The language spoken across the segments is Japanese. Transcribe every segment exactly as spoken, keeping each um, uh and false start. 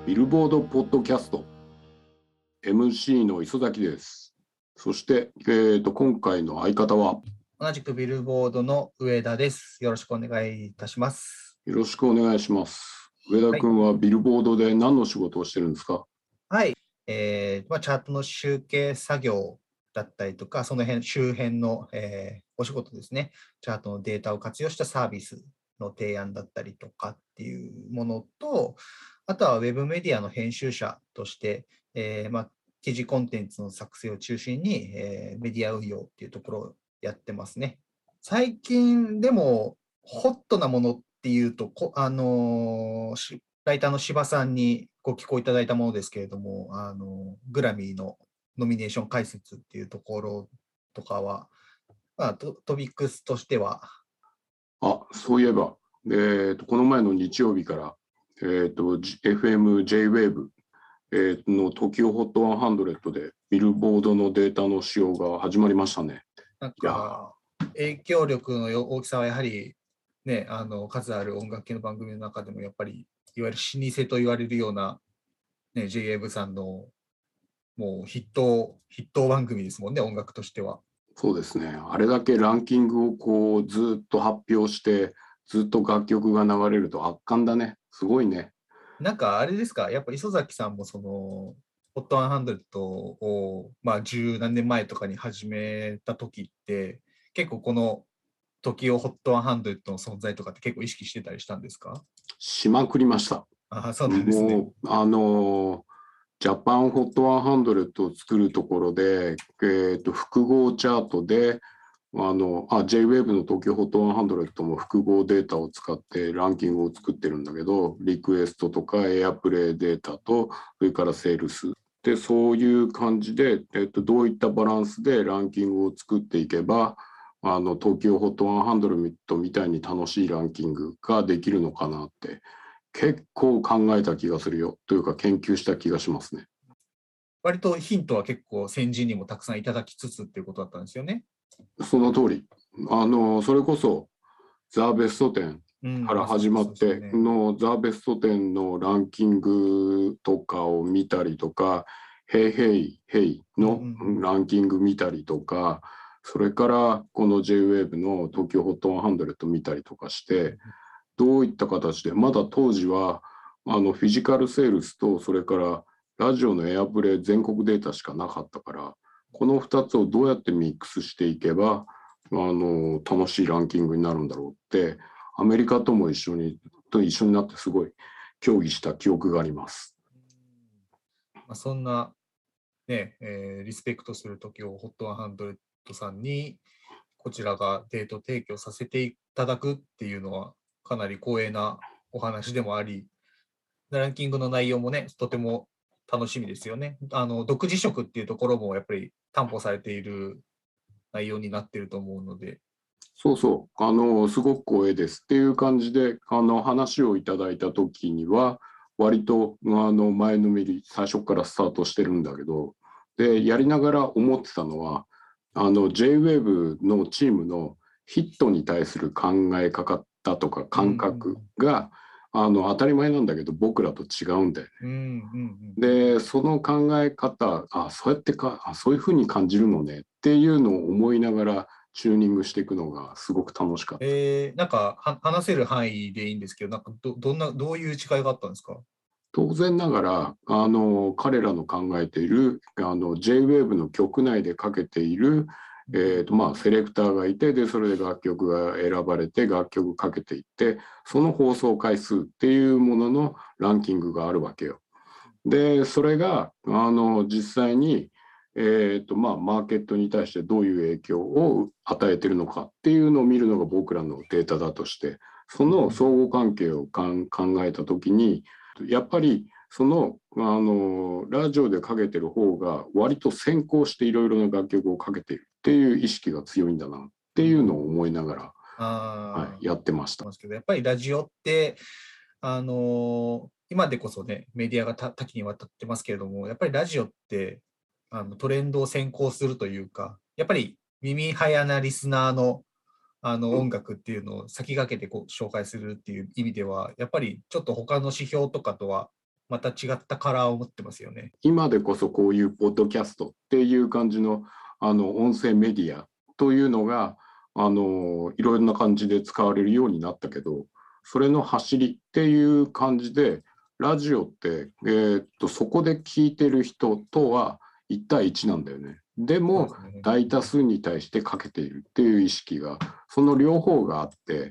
ビルボードポッドキャスト エムシー の磯崎です。そして、えー、と今回の相方は同じくビルボードの上田です。よろしくお願いいたします。 よろしくお願いします。上田君はビルボードで何の仕事をしてるんですか？ はい、えーまあ、チャートの集計作業だったりとか、その辺周辺の、えーお仕事ですね。チャートのデータを活用したサービスの提案だったりとかっていうものと、あとはウェブメディアの編集者として、えーまあ、記事コンテンツの作成を中心に、えーメディア運用っていうところをやってますね。最近でもホットなものっていうと、こあのーライターの柴さんにご寄稿いただいたものですけれども、あのグラミーのノミネーション解説っていうところとかは、まあ、トトピックスとしては。 あ、そういえば、えー、とこの前の日曜日から、えー、と エフエム J-Wave、えー、の トキオ ホットひゃくでビルボードのデータの使用が始まりましたね。 なんいやか影響力の大きさはやはり、ね、あの数ある音楽系の番組の中でもやっぱりいわゆる老舗と言われるような、ね、ジェイエーブ さんのもう筆頭筆頭番組ですもんね、音楽としては。 そうですね。あれだけランキングをこうずっと発表してずっと楽曲が流れると圧巻だね。すごいね。 なんかあれですか、やっぱ磯崎さんもその、ホットひゃくを、まあ、十何年前とかに始めた時って、結構この時をホットひゃくの存在とかって結構意識してたりしたんですか？ しまくりました。 ああ、そうなんですね。 もう、あの、ジャパンホットひゃくを作るところで、えー、と複合チャートで、あのあ J-Wave の東京 ホットひゃくも複合データを使ってランキングを作ってるんだけど、リクエストとかエアプレイデータと、それからセールスで、そういう感じで、えー、とどういったバランスでランキングを作っていけば、あの東京 ホットひゃくみたいに楽しいランキングができるのかなって結構考えた気がするよ、というか研究した気がしますね。 割とヒントは結構先人にもたくさんいただきつつっていうことだったんですよね。 その通り。あのそれこそザ・ベストテンうん、 からまあ、 始まってそうですよね。 のザ・ベストテンのランキングとかを見たりとか、ヘイヘイヘイのランキング見たりとか、それからこの J-Wave の東京 ホットひゃく見たりとかして、どういった形で、まだ当時はあのフィジカルセールスと、それからラジオのエアプレイ全国データしかなかったから、このふたつをどうやってミックスしていけばあの楽しいランキングになるんだろうって、アメリカとも一緒にと一緒になってすごい協議した記憶があります。 まあ、そんな、ねえーリスペクトする時をホットひゃくさんにこちらがデータ提供させていただくっていうのはかなり光栄なお話でもあり、ランキングの内容もね、とても楽しみですよね。あの独自色っていうところもやっぱり担保されている内容になっていると思うので。 そうそう、あのすごく光栄ですっていう感じであの話をいただいた時には割とあの前のめり、最初からスタートしてるんだけど、でやりながら思ってたのは、あの J-Wave のチームのヒットに対する考え方とか感覚が、あの当たり前なんだけど僕らと違うんだよね。 うんうんうん、 でその考え方、あそうやってかあそういうふうに感じるのねっていうのを思いながらチューニングしていくのがすごく楽しかった。 えー、なんかは話せる範囲でいいんですけど、なんか ど, どんなどういう違いがあったんですか？ 当然ながらあの彼らの考えているあの J-Wave の曲内でかけている、えーとまあ、セレクターがいて、でそれで楽曲が選ばれて楽曲かけていって、その放送回数っていうもののランキングがあるわけよ。でそれがあの実際に、えーとまあ、マーケットに対してどういう影響を与えているのかっていうのを見るのが僕らのデータだとして、その相互関係をかん考えた時に、やっぱりそのあのラジオでかけてる方が割と先行していろいろな楽曲をかけているっていう意識が強いんだなっていうのを思いながら、はい、やってました。 やっぱりラジオってあの今でこそねメディアが多岐にわたってますけれども、やっぱりラジオってあのトレンドを先行するというか、やっぱり耳早なリスナーのあの音楽っていうのを先駆けてこう紹介するっていう意味では、やっぱりちょっと他の指標とかとはまた違ったカラーを持ってますよね。 今でこそこういうポッドキャストっていう感じのあの音声メディアというのがあのいろんな感じで使われるようになったけど、それの走りっていう感じでラジオって、えーっとそこで聞いてる人とはいち対いちなんだよね。でもそうですね。 大多数に対してかけているっていう意識が、その両方があって、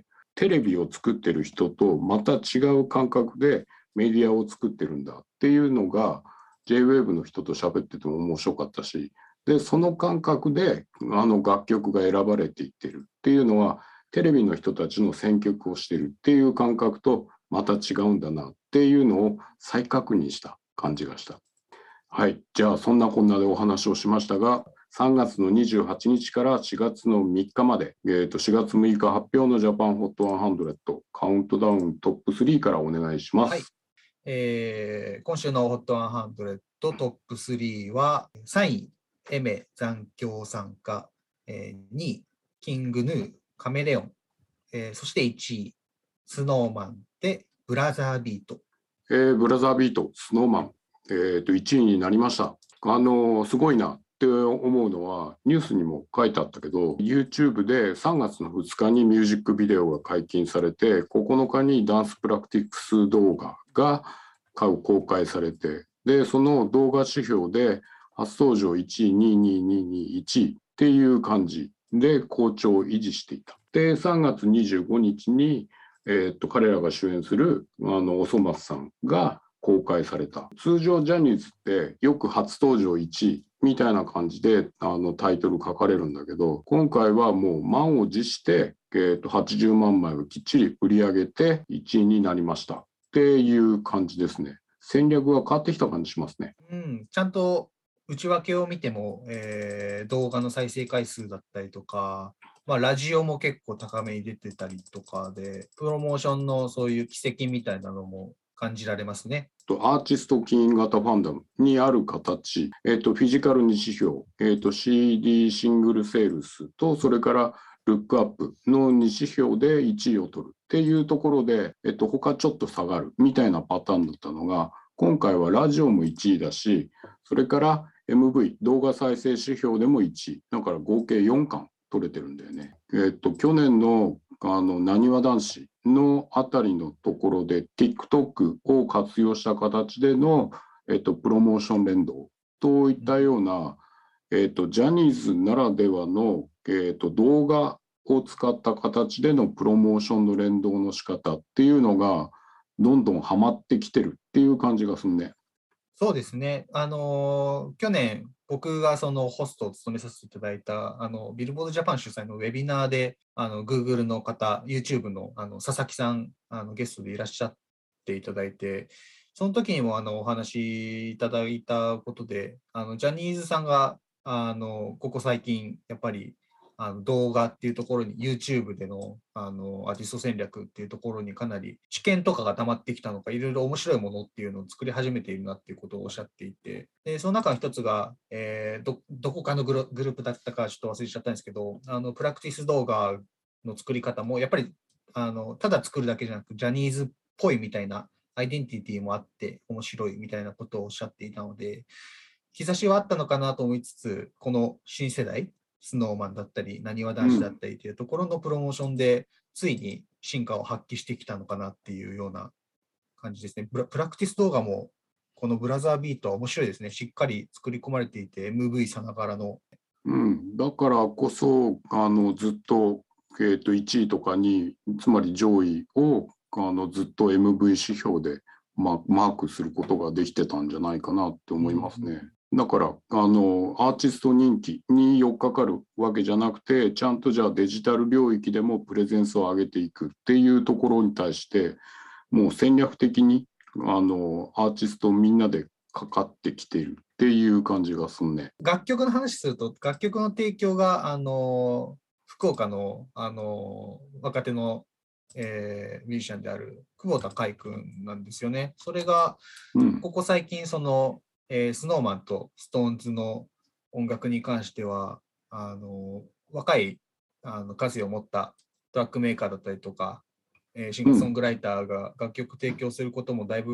テレビを作ってる人とまた違う感覚でメディアを作ってるんだっていうのが ジェイウェーブ の人と喋ってても面白かったし、でその感覚であの楽曲が選ばれていってるっていうのは、テレビの人たちの選曲をしてるっていう感覚とまた違うんだなっていうのを再確認した感じがした。はい、じゃあそんなこんなでお話をしましたが、さんがつのにじゅうはちにちからしがつのみっかまで、えー、としがつむいか発表のジャパンホットひゃくカウントダウントップスリーからお願いします。 はい、えー今週の ホットひゃくトップスリーはさんい、エメ残響参加、えーにい、キングヌー、カメレオン、えーそしていちい、スノーマンでブラザービート。 えーブラザービート、スノーマン、えー、といちいになりました。あのーすごいなって思うのは、ニュースにも書いてあったけど、YouTube でさんがつのふつかにミュージックビデオが解禁されて、ここのかにダンスプラクティクス動画が公開されて、でその動画指標で初登場いちい、にい、にい、にい、にい、いちいっていう感じで好調を維持していた。で、さんがつにじゅうごにちにえー、と彼らが主演するあのおそ松さんが公開された。通常ジャニーズってよく初登場いちいみたいな感じであのタイトル書かれるんだけど、今回はもう満を持して、えー、とはちじゅうまんまいをきっちり売り上げていちいになりましたっていう感じですね。戦略が変わってきた感じしますね。 うん、ちゃんと内訳を見ても、えー動画の再生回数だったりとか、まあ、ラジオも結構高めに出てたりとかで、プロモーションのそういう軌跡みたいなのも感じられますね。 アーティスト起因型ファンダムにある形、えー、とフィジカルに指標、えー、と シーディー シングルセールスと、それからルックアップのに指標でいちいを取るっていうところで、えー、と他ちょっと下がるみたいなパターンだったのが、今回はラジオもいちいだし、それから エムブイ 動画再生指標でもいちいだから、合計よんかん取れてるんだよね。えっと、去年のあのなにわ男子のあたりのところで TikTok を活用した形での、えっと、プロモーション連動といったような、えっと、ジャニーズならではの、えっと、動画を使った形でのプロモーションの連動の仕方っていうのがどんどんはまってきてるっていう感じがするね。 そうですね。あのー去年、僕がそのホストを務めさせていただいた、あの、ビルボードジャパン主催のウェビナーで、あの、Google の方、YouTube の、あの、佐々木さん、あの、ゲストでいらっしゃっていただいて、その時にも、あの、お話しいただいたことで、あの、ジャニーズさんが、あの、ここ最近、やっぱり、あの動画っていうところに YouTube での、あのアーティスト戦略っていうところにかなり知見とかが溜まってきたのか、いろいろ面白いものっていうのを作り始めているなっていうことをおっしゃっていて、でその中の一つが、えー、どどこかのグルグループだったかちょっと忘れちゃったんですけど、あのプラクティス動画の作り方もやっぱりあのただ作るだけじゃなくジャニーズっぽいみたいなアイデンティティもあって面白いみたいなことをおっしゃっていたので、兆しはあったのかなと思いつつ、この新世代スノーマンだったり、なにわ男子だったりというところのプロモーションで、ついに進化を発揮してきたのかなっていうような感じですね。プラクティス動画も、このブラザービートは面白いですね。しっかり作り込まれていて、エムブイ さながらの。 うん、だからこそあのずっと、えー、といちいとかにい、つまり上位をあのずっと エムブイ 指標で、ま、マークすることができてたんじゃないかなって思いますね。うん、だからあのアーティスト人気に寄っかかるわけじゃなくて、ちゃんとじゃあデジタル領域でもプレゼンスを上げていくっていうところに対して、もう戦略的にあのアーティストみんなでかかってきているっていう感じがするね。 楽曲の話すると、楽曲の提供が、あの、福岡の、あの、若手の、えーミュージシャンである久保田海君なんですよね。それが、 うん、 ここ最近、その、えー、スノーマンとストーンズの音楽に関しては、あの、若いあの数を持ったトラックメーカーだったりとか、えーシンガーソンうん、 グライターが楽曲提供することもだいぶ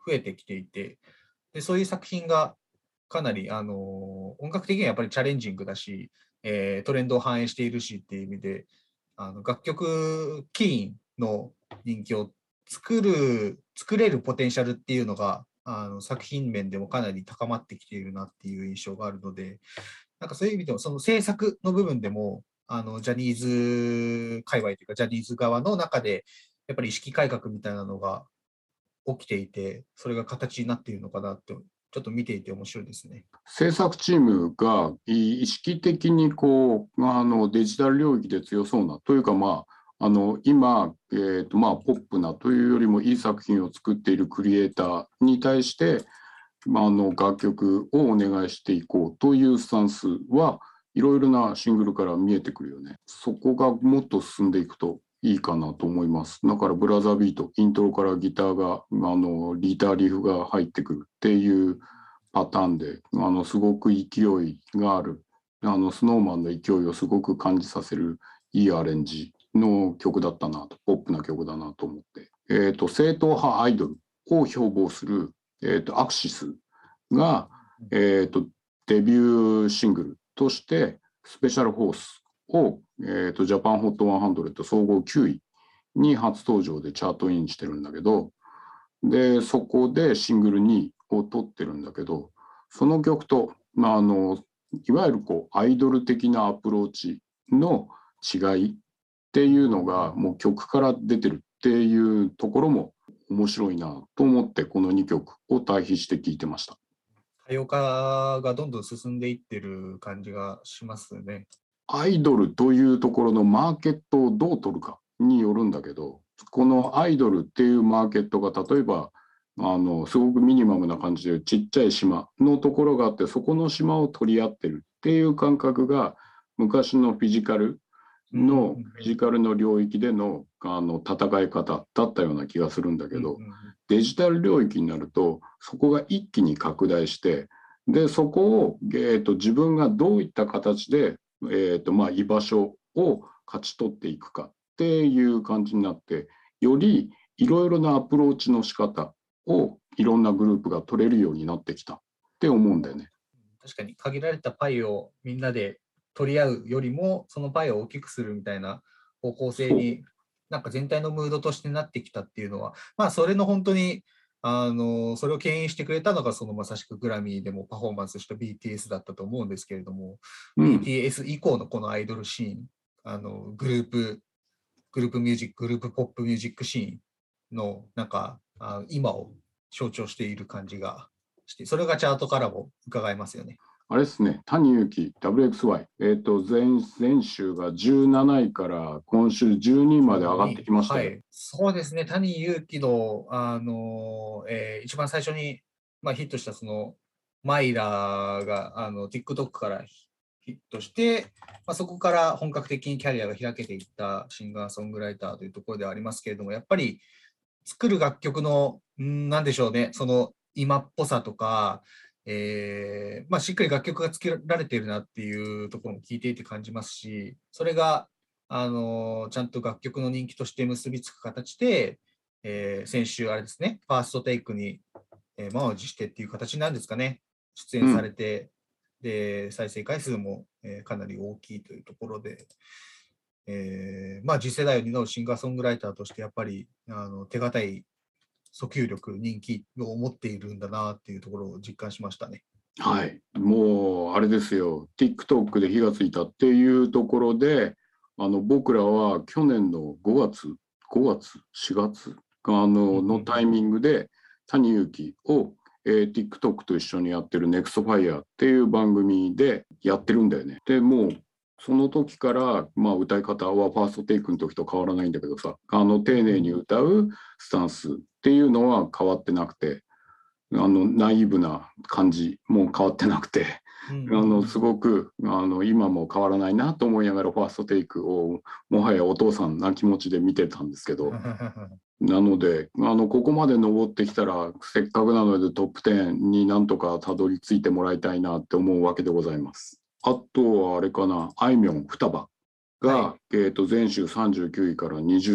増えてきていて、でそういう作品がかなり、あの音楽的にはやっぱりチャレンジングだし、えートレンドを反映しているしっていう意味で、あの楽曲起因の人気を作る、作れるポテンシャルっていうのが、あの作品面でもかなり高まってきているなっていう印象があるので、なんかそういう意味でも、その制作の部分でも、あのジャニーズ界隈というか、ジャニーズ側の中で、やっぱり意識改革みたいなのが起きていて、それが形になっているのかなって、ちょっと見ていて面白いですね。 制作チームが意識的にこうあのデジタル領域で強そうなというか、まあ、あの今、えーとまあ、ポップなというよりもいい作品を作っているクリエイターに対して、まあ、あの楽曲をお願いしていこうというスタンスはいろいろなシングルから見えてくるよね。そこがもっと進んでいくといいかなと思います。だからブラザービート、イントロからギターが、あのギターリフが入ってくるっていうパターンで、あのすごく勢いがある、あのスノーマンの勢いをすごく感じさせるいいアレンジの曲だったなと、ポップな曲だなと思って、えーと、正統派アイドルを標榜する、えーと、アクシスが、えーと、デビューシングルとしてスペシャルフォースを、えーと、ジャパンホットひゃく総合きゅういに初登場でチャートインしてるんだけど、でそこでシングルにいを取ってるんだけど、その曲と、まあ、あのいわゆるこうアイドル的なアプローチの違いっていうのがもう曲から出てるっていうところも面白いなと思って、このにきょくを対比して聴いてました。 多様化がどんどん進んでいってる感じがしますね。 アイドルというところのマーケットをどう取るかによるんだけど、このアイドルっていうマーケットが例えばあのすごくミニマムな感じでちっちゃい島のところがあって、そこの島を取り合ってるっていう感覚が昔のフィジカルのフィジカルの領域でのあの戦い方だったような気がするんだけど、デジタル領域になるとそこが一気に拡大して、でそこを、えーと、自分がどういった形で、えーとまあ、居場所を勝ち取っていくかっていう感じになって、よりいろいろなアプローチの仕方をいろんなグループが取れるようになってきたって思うんだよね。 確かに限られたパイをみんなで取り合うよりも、そのパイを大きくするみたいな方向性に、なんか全体のムードとしてなってきたっていうのは、まあ、それの本当に、あのそれを牽引してくれたのが、そのまさしくグラミーでもパフォーマンスした ビーティーエス だったと思うんですけれども、うん、ビーティーエス 以降のこのアイドルシーン、あのグループ、グループミュージック、グループポップミュージックシーンのなんかあ今を象徴している感じがして、それがチャートからも伺えますよね。 あれですね、谷祐希 ダブリューエックスワイ、えーと、前, 前週がじゅうなないから今週じゅうにいまで上がってきましたよ。はい、 そうですね、谷祐希の、あのえー、一番最初に、まあ、ヒットしたそのマイラーがあの TikTok からヒットして、まあ、そこから本格的にキャリアが開けていったシンガーソングライターというところではありますけれども、やっぱり作る楽曲の、んなんでしょうね、その今っぽさとか、えーまあ、しっかり楽曲が作られているなっていうところも聞いていて感じますし、それが、あのちゃんと楽曲の人気として結びつく形で、えー、先週あれですね、ファーストテイクに、えー、満を持してっていう形なんですかね、出演されて、うん、で再生回数も、えー、かなり大きいというところで、えーまあ、次世代を担うシンガーソングライターとしてやっぱりあの手堅い訴求力、人気を持っているんだなっていうところを実感しましたね。 はい、もうあれですよ、TikTok で火がついたっていうところで、あの僕らは去年のごがつ、ごがつ、しがつあののタイミングで谷祐希を、えー、TikTok と一緒にやってる NEXTFIRE っていう番組でやってるんだよね。でもうその時から、まあ、歌い方はファーストテイクの時と変わらないんだけどさ、あの丁寧に歌うスタンスっていうのは変わってなくて、あのナイーブな感じも変わってなくて、あのすごくあの今も変わらないなと思いながらファーストテイクをもはやお父さんな気持ちで見てたんですけどなのであのここまで上ってきたらせっかくなのでトップじゅうになんとかたどり着いてもらいたいなって思うわけでございます。あとはあれかな、あいみょん双葉が、はい、えーと前週さんじゅうきゅういからにじゅうい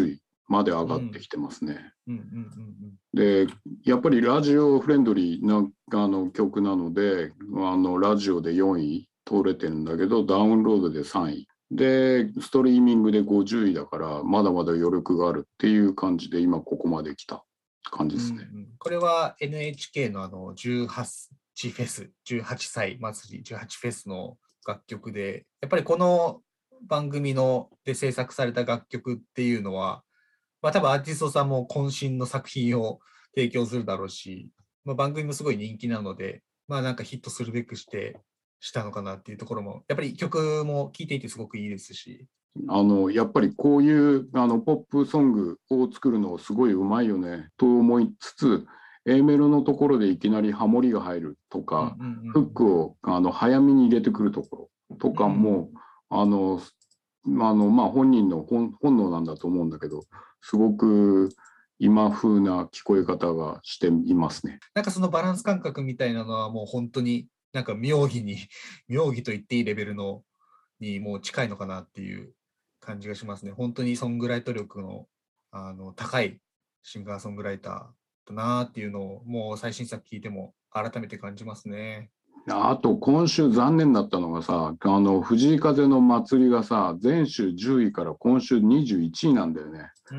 まで上がってきてますね。 うんうんうんでやっぱりラジオフレンドリーなあの曲なので、あのラジオでよんい通れてるんだけど、ダウンロードでさんいでストリーミングでごじゅういだから、まだまだ余力があるっていう感じで今ここまで来た感じですね。 うんうん、これは エヌエイチケー のあのじゅうはちフェス、じゅうはっさい祭り、じゅうはちフェスの楽曲で、やっぱりこの番組ので制作された楽曲っていうのは、まあ、多分アーティストさんも渾身の作品を提供するだろうし、まあ、番組もすごい人気なので、まあなんかヒットするべくしてしたのかなっていうところも、やっぱり曲も聴いていてすごくいいですし。 あのやっぱりこういうあのポップソングを作るのすごいうまいよねと思いつつ、 A メロのところでいきなりハモリが入るとか、 うんうんうん、 フックをあの早めに入れてくるところとかも、 うん、 あのあのまあ本人の本本能なんだと思うんだけど、すごく今風な聞こえ方がしていますね。 なんかそのバランス感覚みたいなのはもう本当になんか妙義に妙義と言っていいレベルのにもう近いのかなっていう感じがしますね。本当にソングライト力の、あの高いシンガーソングライターだなっていうのをもう最新作聞いても改めて感じますね。 あと今週残念だったのがさ、あの藤井風の祭りがさ、前週じゅういから今週にじゅういちいなんだよね。 うん、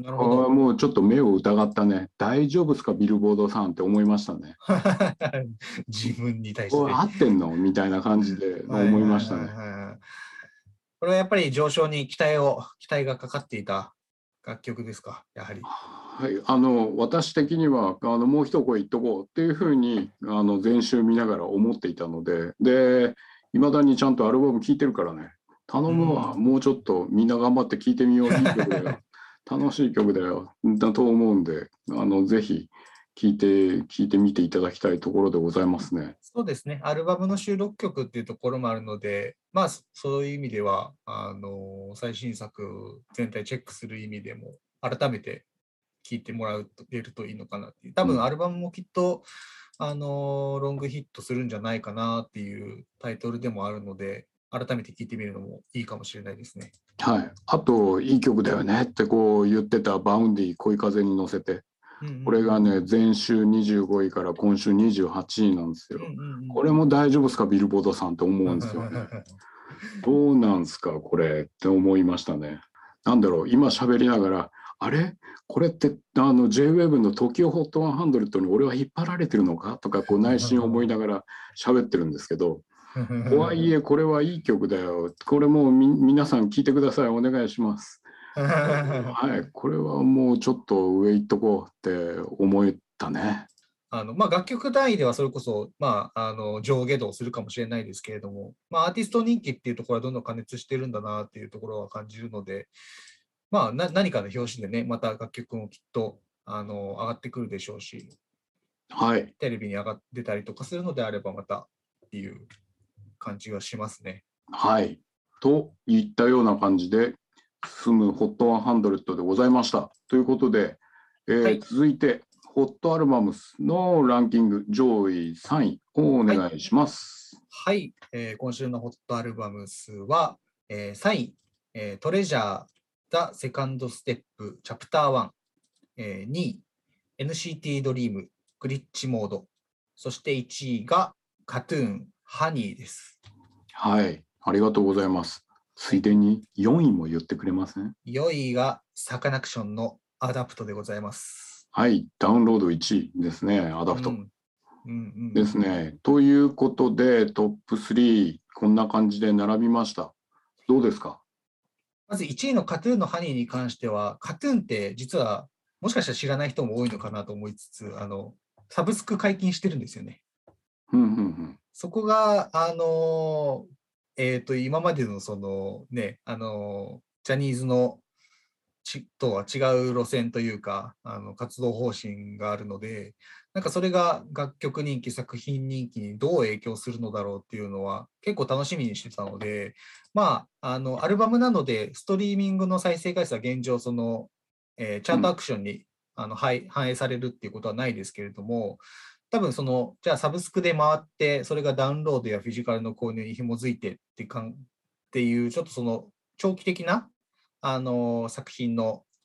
なるほこれはど。 もうちょっと目を疑ったね。大丈夫ですかビルボードさんって思いましたね。 自分に対しこれて。 合ってんのみたいな感じではい思いはいはいましたね。 はい。これはやっぱり上昇に期待を期待がかかっていた楽曲ですか、やはり。 はい、あの私的にはあのもう一声言っとこうっていうふうにあの前週見ながら思っていたので、でいまだにちゃんとアルバム聴いてるからね、頼むわ、 うん、 もうちょっとみんな頑張って聴いてみよう、いい曲だよ、楽しい曲だよだと思うんで、あのぜひ聴いて聴いてみていただきたいところでございますね。 そうですね、アルバムの収録曲っていうところもあるので、まあ、そういう意味では、あの最新作全体チェックする意味でも、改めて聴いてもらうと出るといいのかなっていう、多分アルバムもきっと、あのロングヒットするんじゃないかなっていうタイトルでもあるので、改めて聴いてみるのもいいかもしれないですね。 はい、あといい曲だよねってこう言ってたバウンディ恋風に乗せて、これがね前週にじゅうごいから今週にじゅうはちいなんですよ。これも大丈夫ですかビルボードさんって思うんですよね。どうなんすかこれって思いましたね。なんだろう、今喋りながら、あれこれってあの ジェイウェーブ の トキオ ホットハンドレッドに俺は引っ張られてるのかとかこう内心思いながら喋ってるんですけど、とはいえこれはいい曲だよ、これもうみ皆さん聴いてください、お願いします。はい、これはもうちょっと上行っとこうって思ったね。 あのまあ、楽曲単位ではそれこそ、まあ、あの上下動するかもしれないですけれども、まあ、アーティスト人気っていうところはどんどん加熱してるんだなっていうところは感じるので、まあ、な何かの表紙でね、また楽曲もきっとあの上がってくるでしょうし、 はい、 テレビに上がってたりとかするのであればまたっていう感じはしますね。 はい、といったような感じで進む ホットハンドレッド でございました。ということで、えーはい、続いてホットアルバムスのランキング上位さんいをお願いします。 はい、はいえー、今週のホットアルバムスは、えー、さんい、えー、トレジャーザ・セカンドステップチャプターワン、えー、にい エヌシーティー ドリームグリッチモード、そしていちいがカトゥーンハニーです。 はい、ありがとうございます。ついでによんいも言ってくれません？ よんいがサカナクションのアダプトでございます。 はい、ダウンロードいちいですね、アダプト。うんうんうん、 ですね。ということで、トップスリー、こんな感じで並びました。どうですか？ まずいちいのカトゥーンのハニーに関しては、カトゥーンって実はもしかしたら知らない人も多いのかなと思いつつ、あのサブスク解禁してるんですよね。 うんうんうん、 そこが、あのえー、と今までのその、ね、あのジャニーズのちとは違う路線というか、あの活動方針があるので、なんかそれが楽曲人気、作品人気にどう影響するのだろうっていうのは結構楽しみにしてたので、まあ、あのアルバムなので、ストリーミングの再生回数は現状、その、えー、チャートアクションに、うん、あの反映されるっていうことはないですけれども、多分その、じゃあサブスクで回って、それがダウンロードやフィジカルの購入に紐づいてってかんっていう、ちょっとその長期的なあの作品の、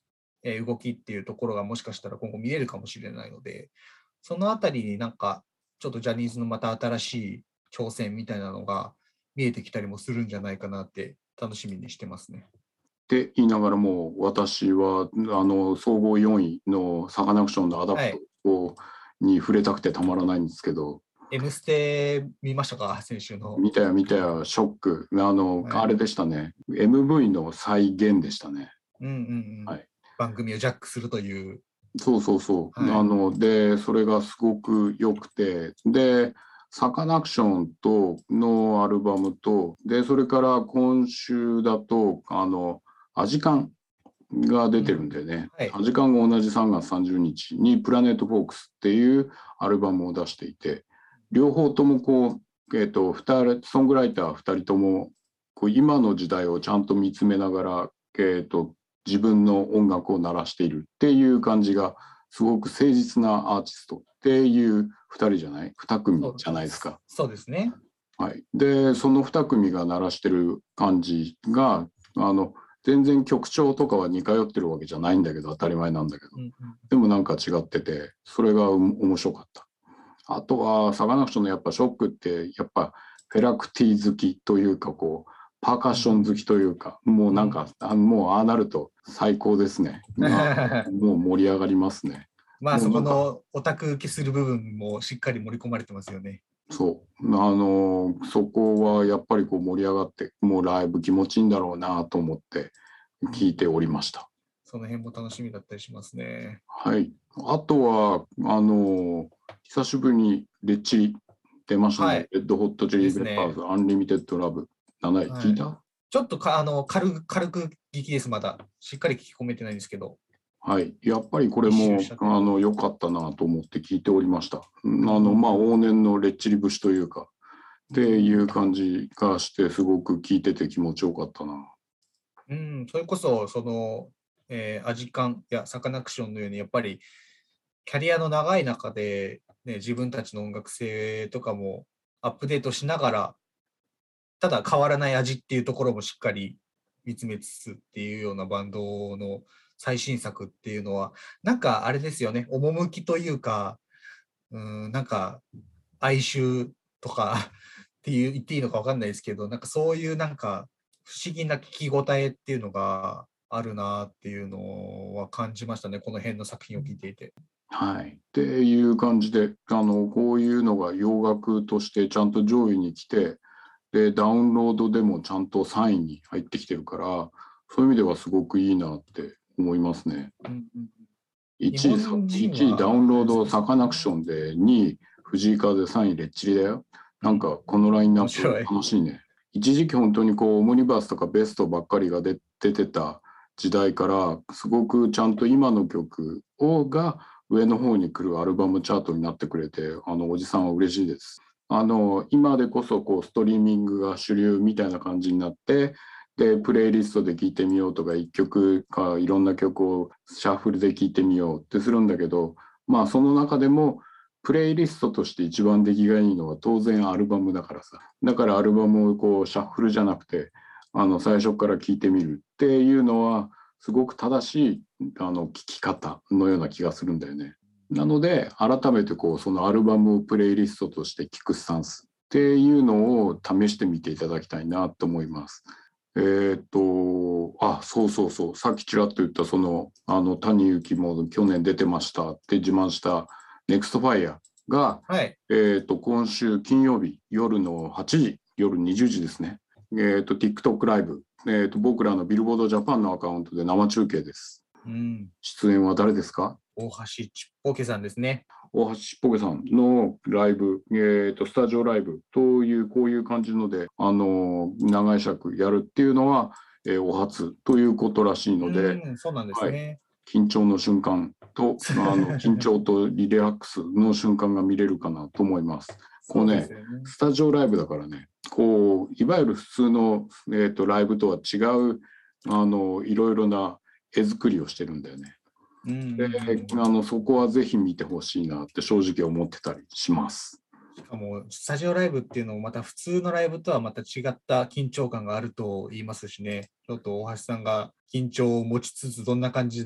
えー動きっていうところがもしかしたら今後見れるかもしれないので、そのあたりになんかちょっとジャニーズのまた新しい挑戦みたいなのが見えてきたりもするんじゃないかなって楽しみにしてますね。 って言いながらも、私はあの総合よんいのサカナクションのアダプはい。 トをに触れたくてたまらないんですけど、 M ステ見ましたか、先週の。 見たよ見たよ、ショック。あの、 はい。 あれでしたね。エムブイ の再現でしたね。 うんうんうん。 はい。 番組をジャックするという。 そうそうそう。 はい。 あの、で、それがすごく良くて、で、サカナクションとのアルバムと、で、それから今週だと、あの、アジカンが出てるんうん。 でね、 はい。 アジカンが同じさんがつさんじゅうにちにプラネットフォークスっていうアルバムを出していて、両方ともこう、えっと、ふたり、ソングライターふたりとも、こう今の時代をちゃんと見つめながら、えっと、自分の音楽を鳴らしているっていう感じが、すごく誠実なアーティストっていうふたりじゃない ?に 組そうじゃないですか。 そうですね。 はい。で、そのに組が鳴らしてる感じが、あの、全然曲調とかは似通ってるわけじゃないんだけど、当たり前なんだけど、 うんうん。 でもなんか違ってて、それが面白かった。あとは、サカナクションのやっぱショックって、やっぱフェラクティ好きというか、こう、パーカッション好きというか、もうなんか、あもうああなると最高ですね。あもう盛り上がりますね。 まあそこもうなんか、 のオタク受けする部分もしっかり盛り込まれてますよね。 そう、あのそこはやっぱりこう盛り上がって、もうライブ気持ちいいんだろうなと思って聞いておりました。 その辺も楽しみだったりしますね。 はい。あとは、あの久しぶりにレッチリ出ましたね。 はい。 レッドホットチでリすね。 ペッパーズ、アンリミテッドラブ。なない、 はい。 聞いた？ ちょっとかあの軽く軽く聞きです、まだ。しっかり聞き込めてないんですけど、 はい。やっぱりこれ一周しも、 ちゃって。 あの、良かったなと思って聞いておりました。あうんうんの、まあ、往年のレッチリ節というか、っていう感じがして、すごく聞いてて気持ちよかったな。 うん、うん、それこそ、その、えーアジカンやサカナクションのように、やっぱりキャリアの長い中で、ね、自分たちの音楽性とかもアップデートしながら、ただ変わらない味っていうところもしっかり見つめつつっていうようなバンドの最新作っていうのは、なんかあれですよね、趣というか、うん、なんか哀愁とかっていう言っていいのか分かんないですけど、なんかそういうなんか不思議な聞き応えっていうのがあるなっていうのは感じましたね、この辺の作品を聞いていて。 はい。っていう感じで、あの、こういうのが洋楽としてちゃんと上位に来て、で、ダウンロードでもちゃんとさんいに入ってきてるから、そういう意味ではすごくいいなって思いますね。 うんうん、日いちい、 本人いちいダウはンロードあれですね。 サカナクションで、にい藤井風、さんいレッチリだよ。なんかこのラインナップ面白い。 楽しいね。一時期本当にこうオムニバースとかベストばっかりが出出てた時代から、すごくちゃんと今の曲をが上の方に来るアルバムチャートになってくれて、あのおじさんは嬉しいです。あの今でこそこうストリーミングが主流みたいな感じになって、でプレイリストで聴いてみようとか、いっきょくかいろんな曲をシャッフルで聴いてみようってするんだけど、まあその中でもプレイリストとして一番出来がいいのは当然アルバムだからさ。だからアルバムをこうシャッフルじゃなくて、あの最初から聴いてみるっていうのはすごく正しいあの聴き方のような気がするんだよね。なので改めてこうそのアルバムをプレイリストとして聴くスタンスっていうのを試してみていただきたいなと思います。えーっと、あ、そうそうそう、さっきちらっと言ったその、あの、谷幸も去年出てましたって自慢したネクストファイヤーが、 はい。 えーっと、今週金曜日夜のはちじ、夜にじゅうじですね。えーっと、TikTok ライブ、えーっと、僕らのビルボードジャパンのアカウントで生中継です。 うん。 出演は誰ですか？ 大橋ちっぽけさんですね。 大橋しっぽけさんのライブ、えーと、スタジオライブという、こういう感じので、あの長い尺やるっていうのは、えー、お初ということらしいので、 うん、そうなんですはい、 ね。 緊張の瞬間と、あの緊張とリラックスの瞬間が見れるかなと思います。こうそうでね、 すよね。 スタジオライブだからね、こういわゆる普通の、えーと、ライブとは違う、あのいろいろな絵作りをしてるんだよね。 うんうんでうん、 あのそこはぜひ見てほしいなって正直思ってたりします。 しかも、スタジオライブっていうのもまた普通のライブとはまた違った緊張感があると言いますしね。ちょっと大橋さんが緊張を持ちつつ、どんな感じな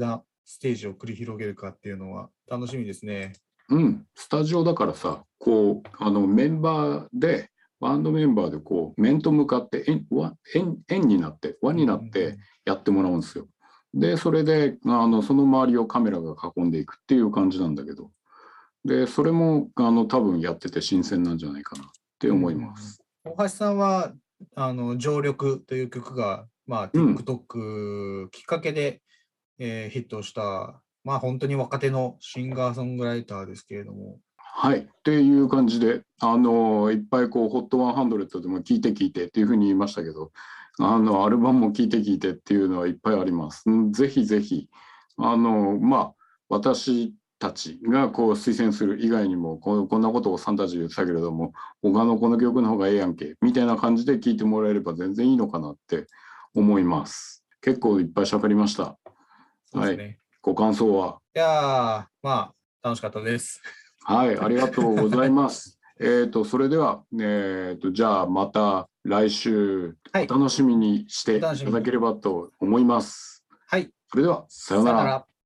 ステージを繰り広げるかっていうのは楽しみですね。 うん、スタジオだからさ、こうあのメンバーでバンドメンバーでこう面と向かって円輪円円になって輪になってやってもらうんですよ。でそれであのその周りをカメラが囲んでいくっていう感じなんだけど、でそれもあの多分やってて新鮮なんじゃないかなって思います。 大橋さんはあの常緑という曲が、まあ、 うん、 TikTok きっかけで、えーヒットした、まあ、本当に若手のシンガーソングライターですけれども。 はい、っていう感じで、あのいっぱいこう ホットハンドレッドでも聴いて聴いてっていうふうに言いましたけど、あのアルバムも聴いて聴いてっていうのはいっぱいあります。ぜひぜひ、あのまあ私たちがこう推薦する以外にもここんなことをさんたち言ってたけれども、他のこの曲の方がええやんけみたいな感じで聴いてもらえれば全然いいのかなって思います。結構いっぱい喋りました。はい、 そうですね。 ご感想は？ いやー、まあ、楽しかったです。 はい、ありがとうございます。えっと、それでは、えっと、じゃあまた来週はい、 お楽しみにしていお楽しみに。 ただければと思います。 はい、 それでは、さようなら。 さよなら。